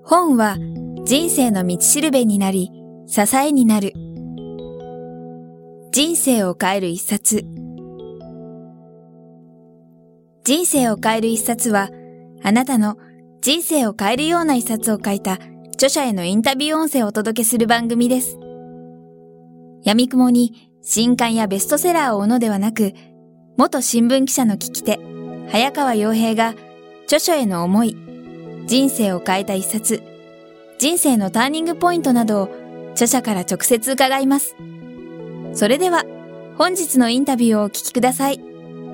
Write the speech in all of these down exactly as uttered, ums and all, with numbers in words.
本は人生の道しるべになり、支えになる。人生を変える一冊。人生を変える一冊は、あなたの人生を変えるような一冊を書いた著者へのインタビュー音声をお届けする番組です。闇雲に新刊やベストセラーを追うのではなく、元新聞記者の聞き手、早川洋平が著書への思い、人生を変えた一冊、人生のターニングポイントなどを著者から直接伺います。それでは本日のインタビューをお聞きください。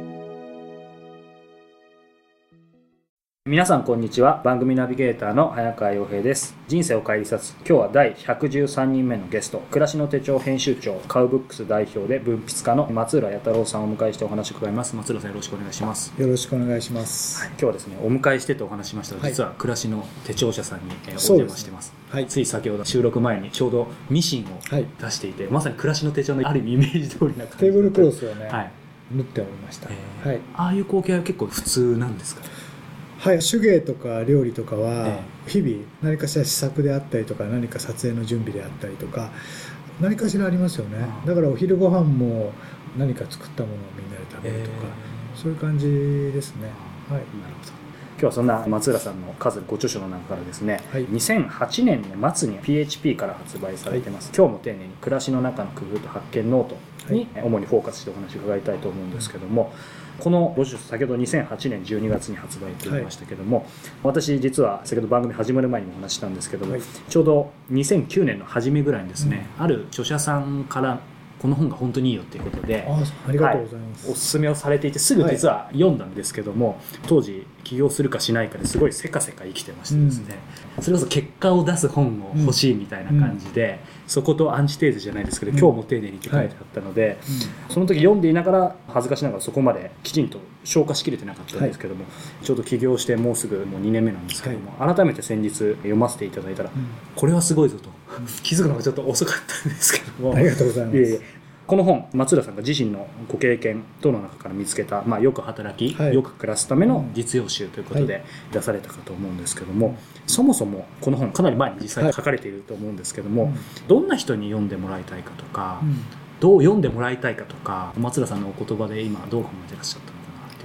皆さんこんにちは。番組ナビゲーターの早川洋平です。人生を変える一冊、今日はだいひゃくじゅうさんにんめのゲスト、暮らしの手帳編集長、カウブックス代表で文筆家の松浦弥太郎さんをお迎えしてお話を伺います。松浦さん、よろしくお願いします。 よろしくお願いします、 はい、今日はですね、お迎えしてとお話しましたが、はい、実は暮らしの手帳社さんに、えー、お邪魔してます。はい、つい先ほど収録前にちょうどミシンを出していて、はい、まさに暮らしの手帳のある意味イメージ通りな感じでテーブルクロスをね、 はい、 縫っておりました、 えーはい、ああいう光景は結構普通なんですか？ はい、手芸とか料理とかは日々何かしら試作であったりとか、何か撮影の準備であったりとか何かしらありますよね。だからお昼ご飯も何か作ったものをみんなで食べるとか、えー、そういう感じですね。はい、なるほど。 今日はそんな松浦さんの数あるご著書の中からですね、はい、にせんはちねんの末に ピーエイチピー から発売されてます、はい、今日も丁寧に暮らしの中の工夫と発見ノートに主にフォーカスしてお話を伺いたいと思うんですけども、はい、このご著書、先ほどにせんはちねんじゅうにがつに発売と言いましたけども、はい、私実は先ほど番組始まる前にもお話したんですけども、はい、ちょうどにせんきゅうねんの初めぐらいにですね、うん、ある著者さんからこの本が本当にいいよということで、 あありがとうございます、 はい、おすすめをされていて、すぐ実は読んだんですけども、はい、当時起業するかしないかですごいせかせか生きてましてですね、うん、それこそ結果を出す本を欲しいみたいな感じで、うん、そことアンチテーゼじゃないですけど、うん、今日も丁寧にって書いてあったので、はい、うん、その時読んでいながら恥ずかしながらそこまできちんと消化しきれてなかったんですけども、はい、ちょうど起業してもうすぐもうにねんめなんですけども、はい、改めて先日読ませていただいたら、うん、これはすごいぞと、うん、気づくのがちょっと遅かったんですけども、 ありがとうございます。いえいえ、 この本、松浦さんが自身のご経験等の中から見つけた、まあ、よく働き、はい、よく暮らすための実用集ということで出されたかと思うんですけども、はい、そもそもこの本かなり前に実際に書かれていると思うんですけども、はい、どんな人に読んでもらいたいかとか、うん、どう読んでもらいたいかとか、松浦さんのお言葉で今どう考えてらっしゃったのかなという。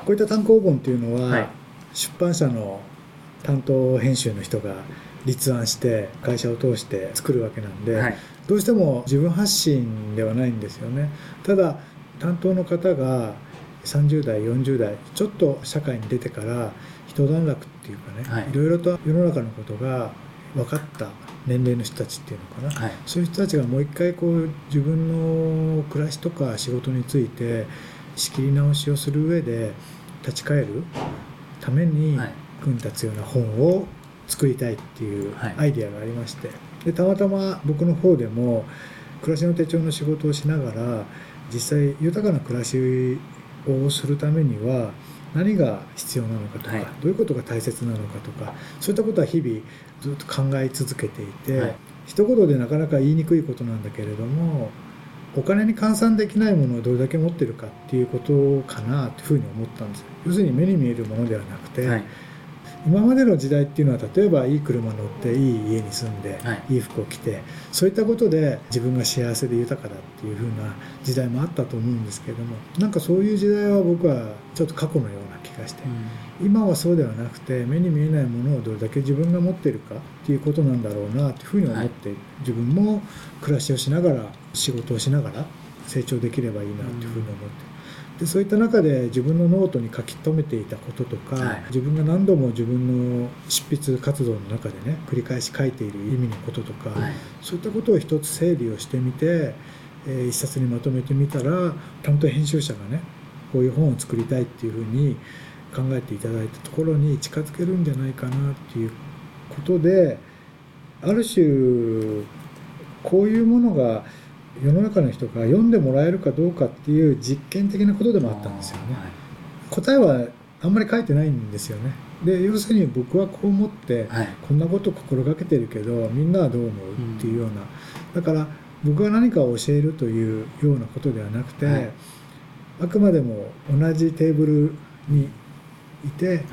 こういった単行本というのは、はい、出版社の担当編集の人が立案して会社を通して作るわけなんで、はい、どうしても自分発信ではないんですよね。ただ担当の方がさんじゅうだいよんじゅうだいちょっと社会に出てから一段落っていうかね、はい、いろいろと世の中のことが分かった年齢の人たちっていうのかな、はい、そういう人たちがもう一回こう自分の暮らしとか仕事について仕切り直しをする上で立ち返るために組み立つような本を作りたいっていうアイデアがありまして、でたまたま僕の方でも暮らしの手帳の仕事をしながら、実際豊かな暮らしをするためには何が必要なのかとか、はい、どういうことが大切なのかとか、そういったことは日々ずっと考え続けていて、はい、一言でなかなか言いにくいことなんだけれども、お金に換算できないものをどれだけ持ってるかっていうことかなというふうに思ったんです。要するに目に見えるものではなくて、はい、今までの時代っていうのは、例えばいい車乗っていい家に住んで、はい、いい服を着て、そういったことで自分が幸せで豊かだっていう風な時代もあったと思うんですけれども、なんかそういう時代は僕はちょっと過去のような気がして、うん、今はそうではなくて、目に見えないものをどれだけ自分が持っているかっていうことなんだろうなというふうに思って、はい、自分も暮らしをしながら仕事をしながら成長できればいいなというふうに思って、でそういった中で自分のノートに書き留めていたこととか、はい、自分が何度も自分の執筆活動の中でね繰り返し書いている意味のこととか、はい、そういったことを一つ整理をしてみて、えー、一冊にまとめてみたら、担当編集者がねこういう本を作りたいっていうふうに考えていただいたところに近づけるんじゃないかなっていうことで、ある種こういうものが世の中の人が読んでもらえるかどうかっていう実験的なことでもあったんですよね。はい、答えはあんまり書いてないんですよね。で要するに僕はこう思って、はい、こんなことを心がけてるけどみんなはどう思うっていうような、うん、だから僕が何かを教えるというようなことではなくて、はい、あくまでも同じテーブルにいて、はい、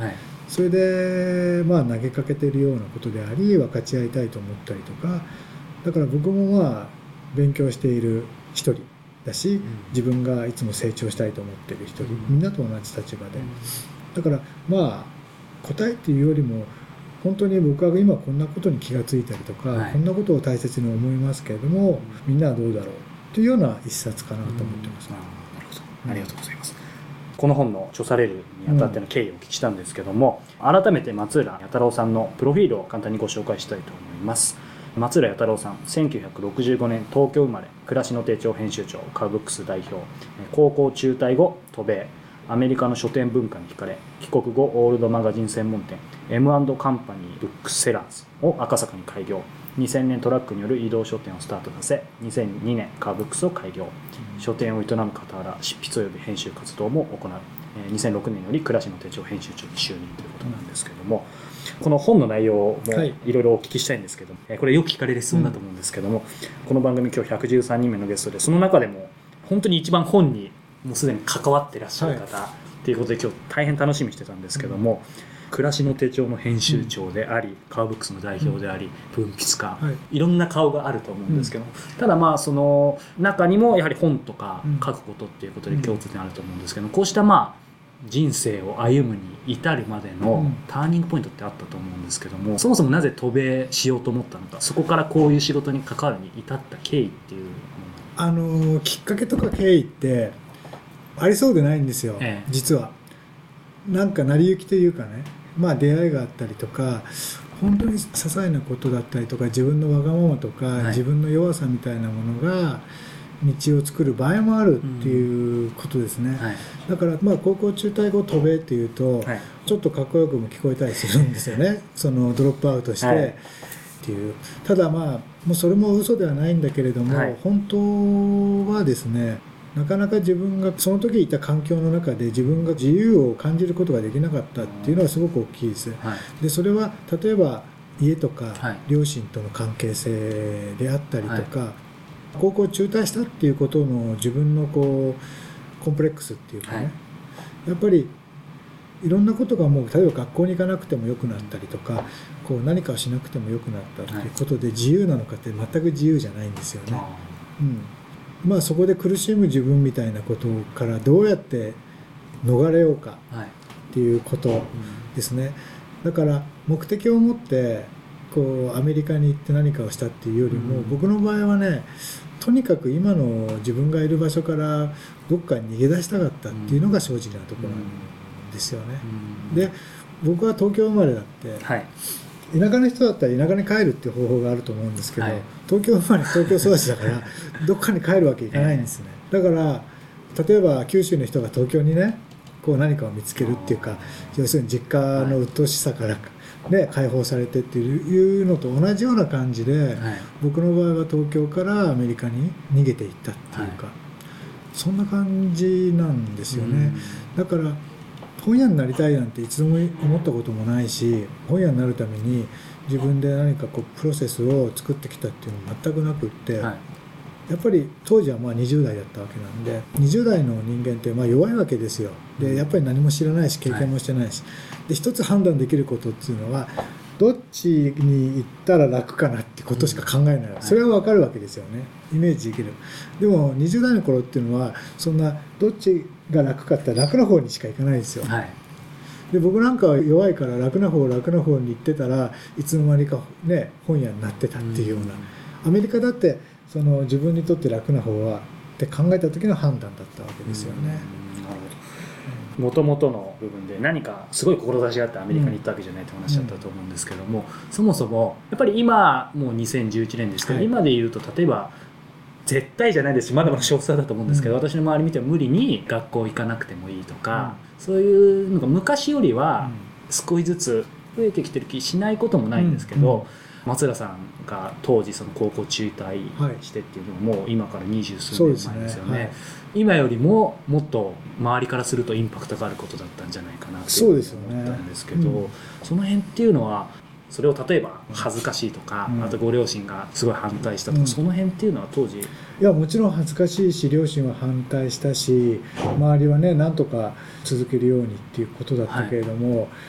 それでまあ投げかけているようなことであり分かち合いたいと思ったりとか、だから僕もまあ勉強している一人だし、自分がいつも成長したいと思っている一人、みんなと同じ立場で、だからまあ答えっていうよりも本当に僕は今こんなことに気がついたりとか、はい、こんなことを大切に思いますけれども、みんなはどうだろうというような一冊かなと思ってます。 なるほど、ありがとうございます。この本の著されるにあたっての経緯をお聞きしたんですけども、うん、改めて松浦弥太郎さんのプロフィールを簡単にご紹介したいと思います。松浦弥太郎さん、せんきゅうひゃくろくじゅうごねん東京生まれ、暮らしの手帳編集長、カウブックス代表、高校中退後渡米、アメリカの書店文化に惹かれ、帰国後オールドマガジン専門店 エムアンド カンパニーブックセラーズを赤坂に開業、にせんねんトラックによる移動書店をスタートさせ、にせんにねんカーブックスを開業、書店を営む傍ら執筆及び編集活動も行う、にせんろくねんより暮らしの手帳編集長に就任ということなんですけども、この本の内容もいろいろお聞きしたいんですけども、はい、これよく聞かれる質問だと思うんですけども、うん、この番組今日ひゃくじゅうさんにんめのゲストで、その中でも本当に一番本にもうすでに関わってらっしゃる方、はい、ということで今日大変楽しみにしてたんですけども、うん、暮らしの手帳の編集長であり、うん、カウブックスの代表であり、うん、文筆家、はい、いろんな顔があると思うんですけど、うん、ただまあその中にもやはり本とか書くことっていうことで共通点あると思うんですけど、こうしたまあ人生を歩むに至るまでのターニングポイントってあったと思うんですけども、そもそもなぜ渡米しようと思ったのか、そこからこういう仕事に関わるに至った経緯っていうあのきっかけとか経緯ってありそうでないんですよ、ええ、実は。なんか成り行きというかね、まあ出会いがあったりとか、本当に些細なことだったりとか、自分のわがままとか、はい、自分の弱さみたいなものが道を作る場合もあるっていうことですね、うんはい、だからまあ高校中退後渡米っていうと、はい、ちょっとかっこよくも聞こえたりするんですよねそのドロップアウトして、はい、っていう。ただまあもうそれも嘘ではないんだけれども、はい、本当はですね、なかなか自分がその時いた環境の中で自分が自由を感じることができなかったっていうのはすごく大きいです、はい、でそれは例えば家とか両親との関係性であったりとか、はい、高校中退したっていうことの自分のこうコンプレックスっていうかね、はい、やっぱりいろんなことがもう例えば学校に行かなくてもよくなったりとか、こう何かをしなくてもよくなったっていうことで自由なのかって全く自由じゃないんですよね、うんまあ、そこで苦しむ自分みたいなことからどうやって逃れようかっていうことですね。だから目的を持ってこうアメリカに行って何かをしたっていうよりも、僕の場合はね、とにかく今の自分がいる場所からどっかに逃げ出したかったっていうのが正直なところなんですよね。で僕は東京生まれだって、はい、田舎の人だったら田舎に帰るっていう方法があると思うんですけど、はい、東京生まれ東京育ちだからどっかに帰るわけいかないんですね。だから例えば九州の人が東京にねこう何かを見つけるっていうか、要するに実家の鬱陶しさから、ね、解放されてっていうのと同じような感じで、はい、僕の場合は東京からアメリカに逃げていったっていうか、はい、そんな感じなんですよね。だから本屋になりたいなんて一度も思ったこともないし、本屋になるために自分で何かこうプロセスを作ってきたっていうのも全くなくって、はい、やっぱり当時はまあにじゅう代だったわけなんで、にじゅう代の人間ってまあ弱いわけですよ。でやっぱり何も知らないし経験もしてないし、はい、で一つ判断できることっていうのはどっちに行ったら楽かなってことしか考えない、うん、それは分かるわけですよね、イメージできる。でもにじゅう代の頃っていうのはそんなどっちが楽かって楽な方にしか行かないですよ、はい、で僕なんかは弱いから楽な方楽な方に行ってたらいつの間にか、ね、本屋になってたっていうような、うん、アメリカだってその自分にとって楽な方はって考えた時の判断だったわけですよね、うん、なるほど。もともとの部分で何かすごい志があってアメリカに行ったわけじゃないって話だったと思うんですけども、うん、そもそもやっぱり今もうにせんじゅういちねんですけど、はい、今で言うと例えば絶対じゃないですしまだまだ少数だと思うんですけど、うん、私の周り見ても無理に学校行かなくてもいいとか、うん、そういうのが昔よりは少しずつ増えてきてる気しないこともないんですけど、うんうん、松浦さんが当時その高校中退してっていうのももう今から二十数年前ですよね、はい、今よりももっと周りからするとインパクトがあることだったんじゃないかなと思ったんですけど、 そ,、ねうん、その辺っていうのはそれを例えば恥ずかしいとか、うん、あとご両親がすごい反対したとか、うん、その辺っていうのは当時いやもちろん恥ずかしいし両親は反対したし周りはねなんとか続けるようにっていうことだったけれども、はい、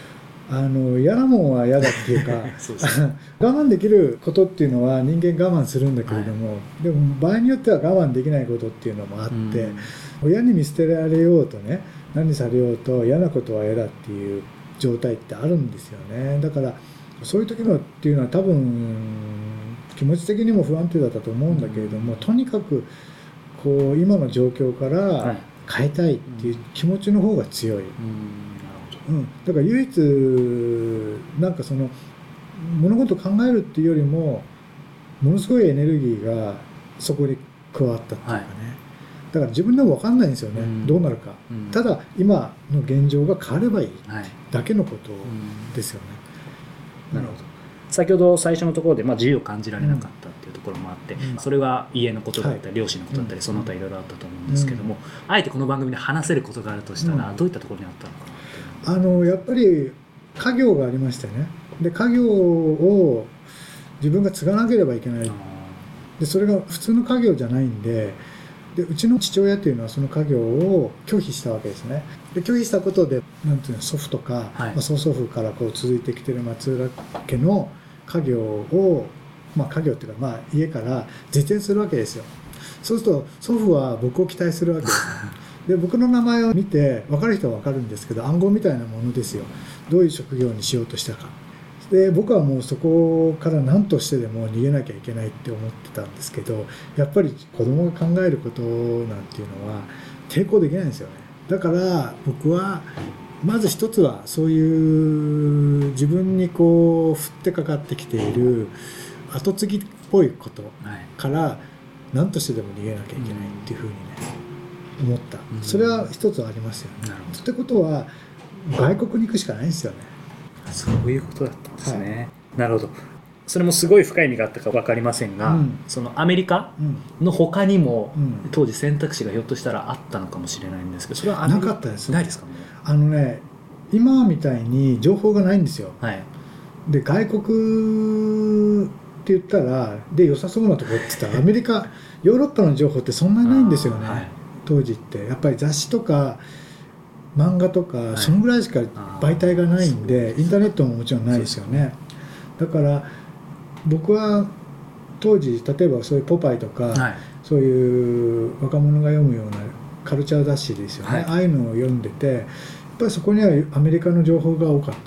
あの嫌なもんは嫌だっていうかそうですね、 我慢できることっていうのは人間我慢するんだけれども、はい、でも場合によっては我慢できないことっていうのもあって、うん、親に見捨てられようとね、何されようと嫌なことは嫌だっていう状態ってあるんですよね。だからそういう時のっていうのは多分気持ち的にも不安定だったと思うんだけれども、うん、とにかくこう今の状況から変えたいっていう気持ちの方が強い、うんうん、だから唯一なんかその物事を考えるっていうよりもものすごいエネルギーがそこに加わったっていうかね、はい、だから自分でも分かんないんですよね、うん、どうなるか、うん、ただ今の現状が変わればいいだけのことですよね、 はい、うん、なるほど。先ほど最初のところで、まあ、自由を感じられなかったっていうところもあって、うん、それは家のことだったり、はい、両親のことだったり、その他いろいろあったと思うんですけども、うん、あえてこの番組で話せることがあるとしたら、うん、どういったところにあったのかな。 あのやっぱり家業がありましてね、で家業を自分が継がなければいけない、でそれが普通の家業じゃないんで、でうちの父親っていうのはその家業を拒否したわけですね。で拒否したことでなんていうの、祖父とか、はい、まあ、曽祖父からこう続いてきてる松浦家の家業を、まあ、家業っていうか、まあ、家から絶縁するわけですよ。そうすると祖父は僕を期待するわけですで僕の名前を見て分かる人は分かるんですけど、暗号みたいなものですよ。どういう職業にしようとしたか。で僕はもうそこから何としてでも逃げなきゃいけないって思ってたんですけど、やっぱり子供が考えることなんていうのは抵抗できないんですよね。だから僕はまず一つはそういう自分にこう降ってかかってきている後継ぎっぽいことから何としてでも逃げなきゃいけないっていうふうにね、思った。それは一つありますよね。ってことは外国に行くしかないんですよね。 そういうことだったんですね、はい、なるほど。それもすごい深い意味があったか分かりませんが、うん、そのアメリカの他にも、うん、当時選択肢がひょっとしたらあったのかもしれないんですけど、それはなかったです。 ないですかね。 あのね、今みたいに情報がないんですよ、はい、で外国って言ったらで良さそうなところって言ったらアメリカヨーロッパの情報ってそんなにないんですよね、はい、当時ってやっぱり雑誌とか漫画とか、はい、そのぐらいしか媒体がないんで、インターネットももちろんないですよね。だから僕は当時例えばそういうポパイとか、はい、そういう若者が読むようなカルチャー雑誌ですよね、はい、ああいうのを読んでて、やっぱりそこにはアメリカの情報が多かった。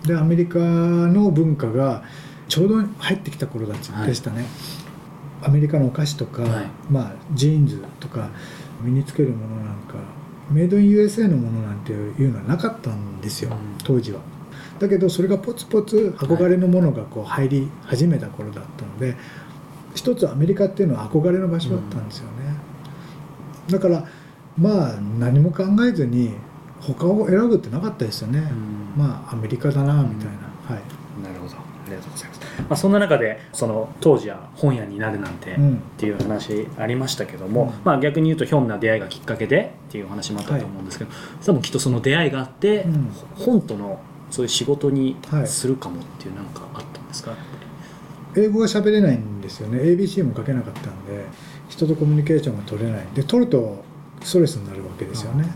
でアメリカの文化がちょうど入ってきた頃でしたね、はい、アメリカのお菓子とか、はい、まあ、ジーンズとか身につけるものなんかメイドイン ユーエスエー のものなんていうのはなかったんですよ、うん、当時は。だけどそれがポツポツ憧れのものがこう入り始めた頃だったので、はい、一つアメリカっていうのは憧れの場所だったんですよね、うん、だからまあ何も考えずに他を選ぶってなかったですよね、うん、まあアメリカだなみたいな、うん、はい。 なるほど、ありがとうございます。まあ、そんな中でその当時は本屋になるなんてっていう話ありましたけども、うん、まあ、逆に言うとひょんな出会いがきっかけでっていうお話もあったと思うんですけど、はい、多分きっとその出会いがあって、うん、本とのそういう仕事にするかもっていうなんかあったんですか？はい、 英語が喋れないんですよね。 エービーシー も書けなかったんで人とコミュニケーションが取れないで、取るとストレスになるわけですよね、はい、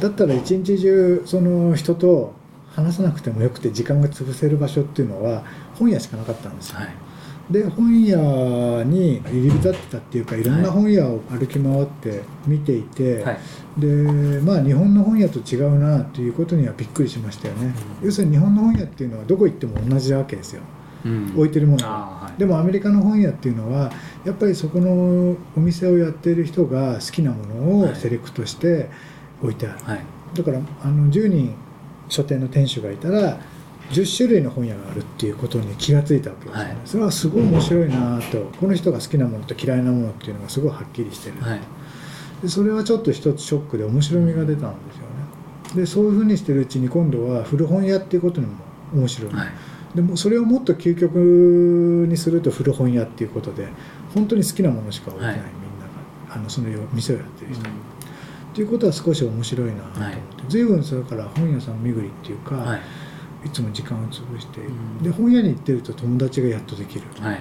だったら一日中その人と話さなくてもよくて時間が潰せる場所っていうのは本屋しかなかったんですよ、はい、で本屋に入り浸ってたっていうか、いろんな本屋を歩き回って見ていて、はい、でまあ日本の本屋と違うなということにはびっくりしましたよね、うん、要するに日本の本屋っていうのはどこ行っても同じわけですよ、うん、置いてるものが、はい、でもアメリカの本屋っていうのはやっぱりそこのお店をやっている人が好きなものをセレクトして置いてある、はい、だからあのじゅうにん書店の店主がいたらじゅっしゅるいの本屋があるっていうことに気がついたわけですよね、はい、それはすごい面白いなと、この人が好きなものと嫌いなものっていうのがすごいはっきりしてる、はい、でそれはちょっと一つショックで面白みが出たんですよね。でそういうふうにしてるうちに今度は古本屋っていうことにも面白い、はい、でもそれをもっと究極にすると古本屋っていうことで本当に好きなものしか置いてない、はい、みんながあのその店をやってる人、うん、っていうことは少し面白いなと思って、はい、随分それから本屋さん巡りっていうか、はい、いつも時間を潰して、うん、で本屋に行ってると友達がやっとできる、はい、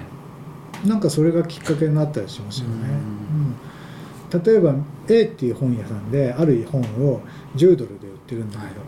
なんかそれがきっかけになったりしますよね、うんうん、例えば A っていう本屋さんである本をじゅうドルで売ってるんだけど、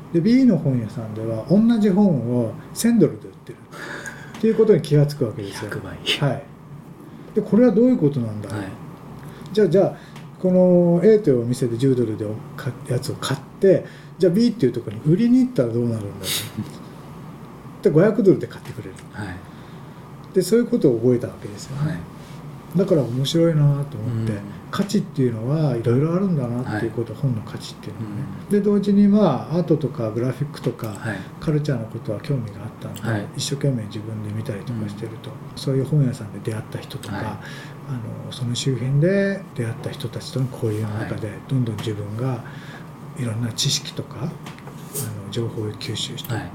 で ビー の本屋さんでは同じ本をせんドルで売ってるっていうことに気がつくわけですよ。 ひゃくばい、 はい、でこれはどういうことなんだろう、 はい、じゃあじゃあこの A というお店でじゅうドルでやつを買って、じゃあ ビー っていうところに売りに行ったらどうなるんだろうでごひゃくドルで買ってくれる、はい、でそういうことを覚えたわけですよね、はい、だから面白いなと思って、うん、価値っていうのはいろいろあるんだなっていうこと、はい、本の価値っていうのはね、うん、で同時にまあアートとかグラフィックとか、はい、カルチャーのことは興味があったので、はい、一生懸命自分で見たりとかしてると、うん、そういう本屋さんで出会った人とか、はい、あのその周辺で出会った人たちとの交流の中でどんどん自分がいろんな知識とかあの情報を吸収していって、はい、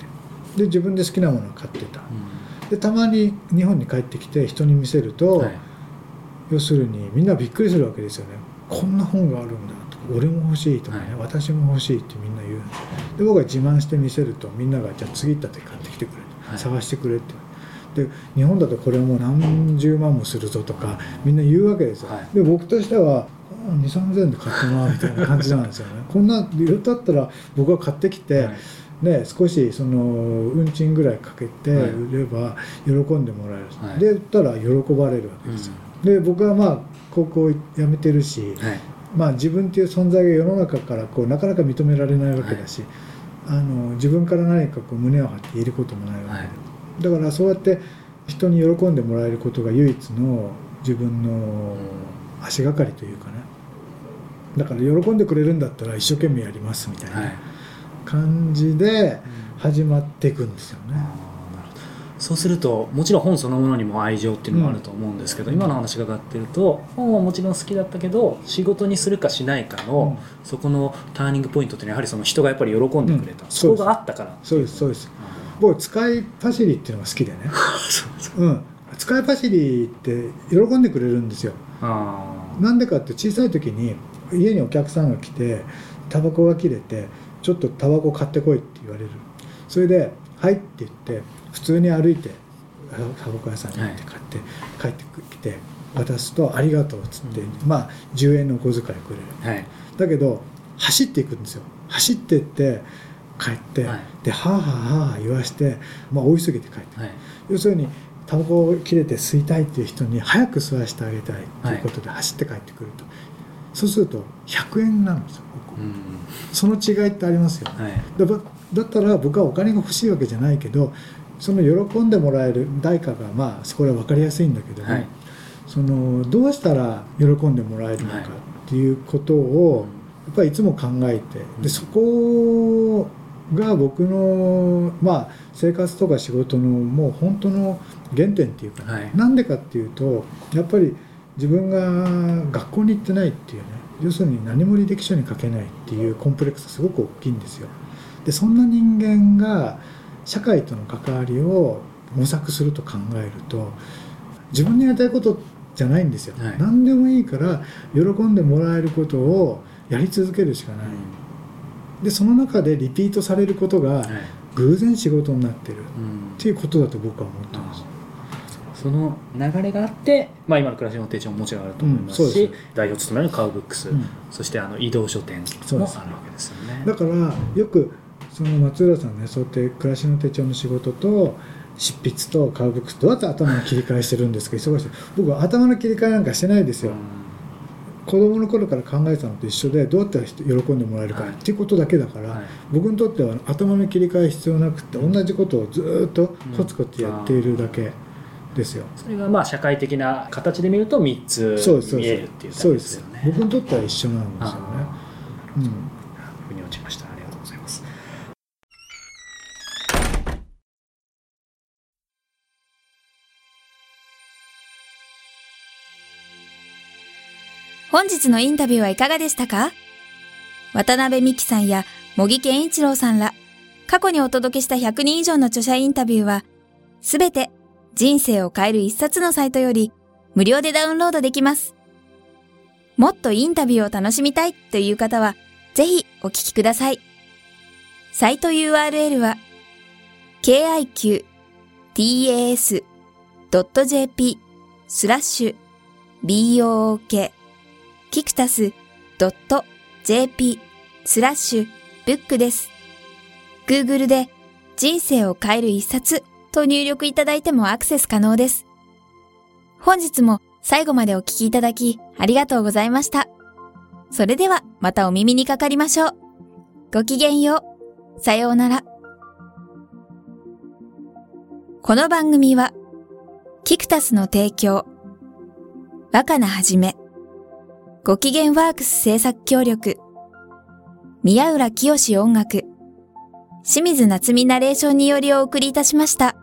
で自分で好きなものを買ってた、うん、でたまに日本に帰ってきて人に見せると、はい、要するにみんなびっくりするわけですよね。こんな本があるんだとか、俺も欲しいとかね、はい、私も欲しいってみんな言う。で僕が自慢して見せるとみんながじゃあ次行った時買ってきてくれ、はい、探してくれってで日本だとこれはもう何十万もするぞとかみんな言うわけですよ、はい、で僕としてはにせんさんぜんえんで買ってもらうみたいな感じなんですよねこんなだったら僕が買ってきて、はいね、少しその運賃ぐらいかけて売れば喜んでもらえる、はい、で売ったら喜ばれるわけですよ、うん、で僕はまあ高校辞めてるし、はい、まあ自分っていう存在が世の中からこうなかなか認められないわけだし、はい、あの自分から何かこう胸を張って言えることもないわけで、はい、だからそうやって人に喜んでもらえることが唯一の自分の足がかりというかね、だから喜んでくれるんだったら一生懸命やりますみたいな、はい感じで始まっていくんですよね、うん、なるほど。そうするともちろん本そのものにも愛情っていうのもあると思うんですけど、うん、今の話が伺ってると本はもちろん好きだったけど仕事にするかしないかの、うん、そこのターニングポイントっていうのはやはりその人がやっぱり喜んでくれた、うん、そこがあったからそうですそうです、うん、僕使いパシリっていうのが好きでねそうです、うん、使いパシリって喜んでくれるんですよ。なんでかって小さい時に家にお客さんが来てタバコが切れてちょっとタバコ買ってこいって言われる。それで「はい」って言って普通に歩いてタバコ屋さんに行って買って、はい、帰ってきて渡すと「ありがとう」っつって、うん、まあじゅうえんのお小遣いくれる、はい、だけど走っていくんですよ。走っていって帰って、はい、ではあはあはあ言わして、まあ、追いすぎて帰って、はい、要するにタバコを切れて吸いたいっていう人に早く吸わせてあげたいということで走って帰ってくると、はい、そうするとひゃくえんなんですよ。うん、その違いってありますよ、はい、だ, だったら僕はお金が欲しいわけじゃないけどその喜んでもらえる代価がまあそこで分かりやすいんだけども、はい、そのどうしたら喜んでもらえるのかっていうことをやっぱりいつも考えて、でそこが僕の、まあ、生活とか仕事のもう本当の原点っていうか、ね、はい、なんでかっていうとやっぱり自分が学校に行ってないっていうね、要するに何も履歴書に書けないっていうコンプレックスすごく大きいんですよ。でそんな人間が社会との関わりを模索すると考えると自分にやりたいことじゃないんですよ、はい、何でもいいから喜んでもらえることをやり続けるしかない、うん、でその中でリピートされることが偶然仕事になってるっていうことだと僕は思ってます、 うん、その流れがあって、まあ、今の暮らしの手帳ももちろんあると思いますし、うん、代表を務めるカウブックス、うん、そしてあの移動書店もあるわけですよね。 だからよくその松浦さんね、そうやって暮らしの手帳の仕事と執筆とカウブックスどうやって頭の切り替えしてるんですか、忙しい。僕は頭の切り替えなんかしてないですよ、うん、子供の頃から考えてたのと一緒でどうやって喜んでもらえるかっていうことだけだから、はい、僕にとっては頭の切り替え必要なくて同じことをずっとコツコツやっているだけですよ、 うん、それがまあ社会的な形で見るとみっつ見えるっていうだけですよね。 僕にとっては一緒なんですよね。うん、 腑に落ちました。ありがとうございます。 本日のインタビューはいかがでしたか？渡辺美樹さんや茂木健一郎さんら過去にお届けしたひゃくにん以上の著者インタビューはすべて人生を変える一冊のサイトより無料でダウンロードできます。もっとインタビューを楽しみたいという方はぜひお聞きください。サイト ユーアールエル は ケーアイキューティーエーエスドットジェーピー スラッシュ ビーオーオーケー キクタス ドットジェーピー スラッシュブックです。 Google で人生を変える一冊と入力いただいてもアクセス可能です。本日も最後までお聞きいただきありがとうございました。それではまたお耳にかかりましょう。ごきげんよう。さようなら。この番組はキクタスの提供、若菜はじめ、ごきげんワークス制作協力、宮浦清志音楽、清水夏美ナレーションによりお送りいたしました。